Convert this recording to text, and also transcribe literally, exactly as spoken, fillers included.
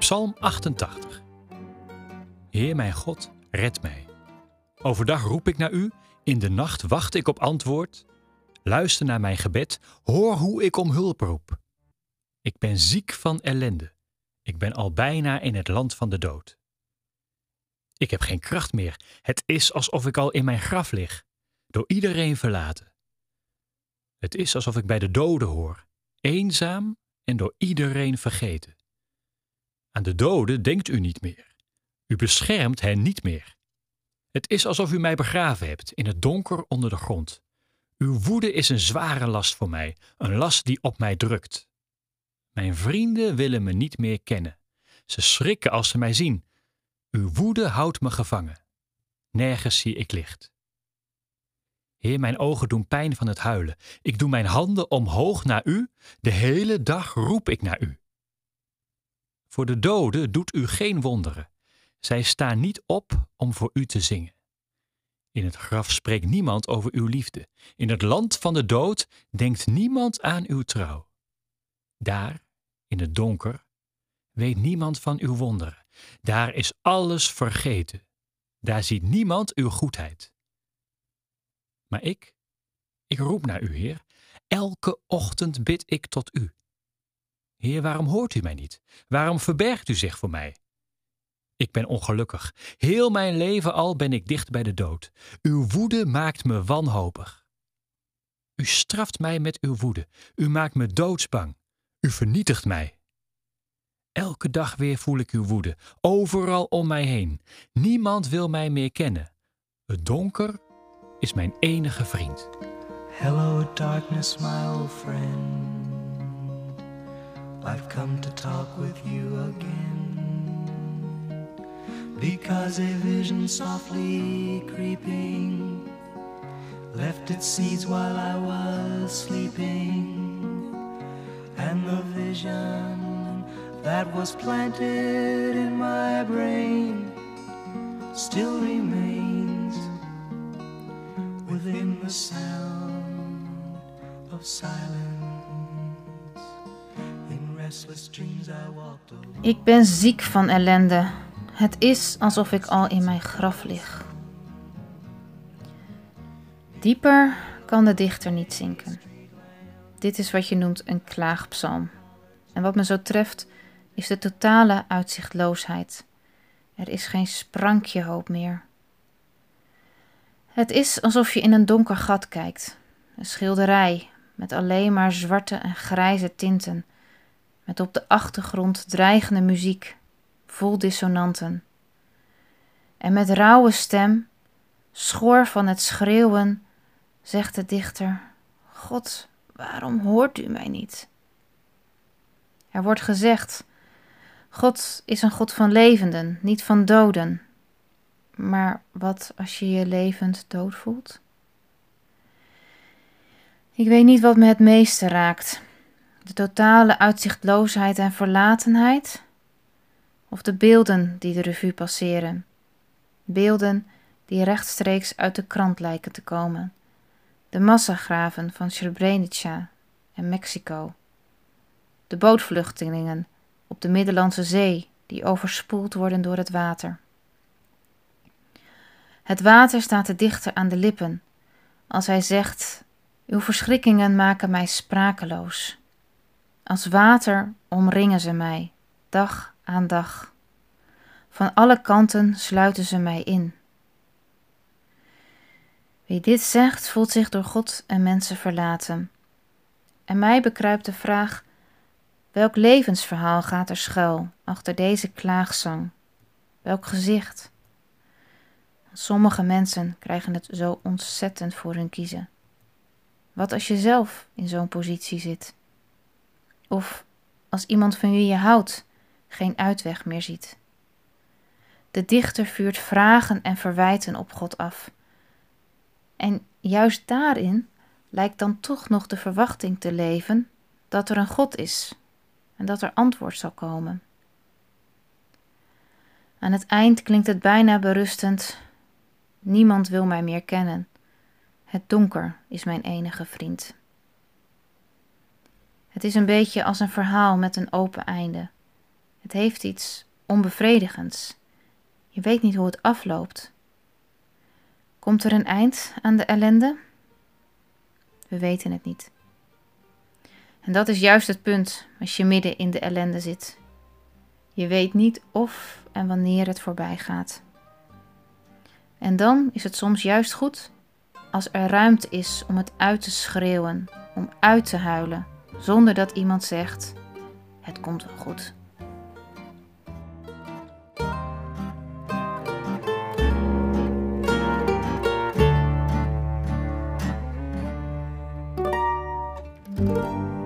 Psalm achtentachtig. Heer mijn God, red mij. Overdag roep ik naar u, in de nacht wacht ik op antwoord. Luister naar mijn gebed, hoor hoe ik om hulp roep. Ik ben ziek van ellende. Ik ben al bijna in het land van de dood. Ik heb geen kracht meer. Het is alsof ik al in mijn graf lig, door iedereen verlaten. Het is alsof ik bij de doden hoor, eenzaam en door iedereen vergeten. Aan de doden denkt u niet meer. U beschermt hen niet meer. Het is alsof u mij begraven hebt in het donker onder de grond. Uw woede is een zware last voor mij, een last die op mij drukt. Mijn vrienden willen me niet meer kennen. Ze schrikken als ze mij zien. Uw woede houdt me gevangen. Nergens zie ik licht. Heer, mijn ogen doen pijn van het huilen. Ik doe mijn handen omhoog naar u. De hele dag roep ik naar u. Voor de doden doet u geen wonderen. Zij staan niet op om voor u te zingen. In het graf spreekt niemand over uw liefde. In het land van de dood denkt niemand aan uw trouw. Daar, in het donker, weet niemand van uw wonderen. Daar is alles vergeten. Daar ziet niemand uw goedheid. Maar ik, ik roep naar u, Heer. Elke ochtend bid ik tot u. Heer, waarom hoort u mij niet? Waarom verbergt u zich voor mij? Ik ben ongelukkig. Heel mijn leven al ben ik dicht bij de dood. Uw woede maakt me wanhopig. U straft mij met uw woede. U maakt me doodsbang. U vernietigt mij. Elke dag weer voel ik uw woede, overal om mij heen. Niemand wil mij meer kennen. Het donker is mijn enige vriend. Hello darkness, my old friend. I've come to talk with you again, because a vision softly creeping left its seeds while I was sleeping, and the vision that was planted in my brain still remains within the sound of silence. In restless dreams I walked over. Ik ben ziek van ellende. Het is alsof ik al in mijn graf lig. Dieper kan de dichter niet zinken. Dit is wat je noemt een klaagpsalm. En wat me zo treft is de totale uitzichtloosheid. Er is geen sprankje hoop meer. Het is alsof je in een donker gat kijkt. Een schilderij met alleen maar zwarte en grijze tinten. Met op de achtergrond dreigende muziek, vol dissonanten. En met rauwe stem, schor van het schreeuwen, zegt de dichter: God, waarom hoort u mij niet? Er wordt gezegd: God is een God van levenden, niet van doden. Maar wat als je je levend dood voelt? Ik weet niet wat me het meeste raakt. De totale uitzichtloosheid en verlatenheid? Of de beelden die de revue passeren? Beelden die rechtstreeks uit de krant lijken te komen. De massagraven van Srebrenica en Mexico. De bootvluchtelingen op de Middellandse Zee die overspoeld worden door het water. Het water staat de dichter aan de lippen als hij zegt: uw verschrikkingen maken mij sprakeloos. Als water omringen ze mij, dag aan dag. Van alle kanten sluiten ze mij in. Wie dit zegt, voelt zich door God en mensen verlaten. En mij bekruipt de vraag: welk levensverhaal gaat er schuil achter deze klaagzang? Welk gezicht? Sommige mensen krijgen het zo ontzettend voor hun kiezen. Wat als je zelf in zo'n positie zit? Of als iemand van wie je houdt geen uitweg meer ziet? De dichter vuurt vragen en verwijten op God af. En juist daarin lijkt dan toch nog de verwachting te leven dat er een God is en dat er antwoord zal komen. Aan het eind klinkt het bijna berustend: niemand wil mij meer kennen. Het donker is mijn enige vriend. Het is een beetje als een verhaal met een open einde. Het heeft iets onbevredigends. Je weet niet hoe het afloopt. Komt er een eind aan de ellende? We weten het niet. En dat is juist het punt als je midden in de ellende zit. Je weet niet of en wanneer het voorbij gaat. En dan is het soms juist goed als er ruimte is om het uit te schreeuwen, om uit te huilen, zonder dat iemand zegt: het komt wel goed. Thank you.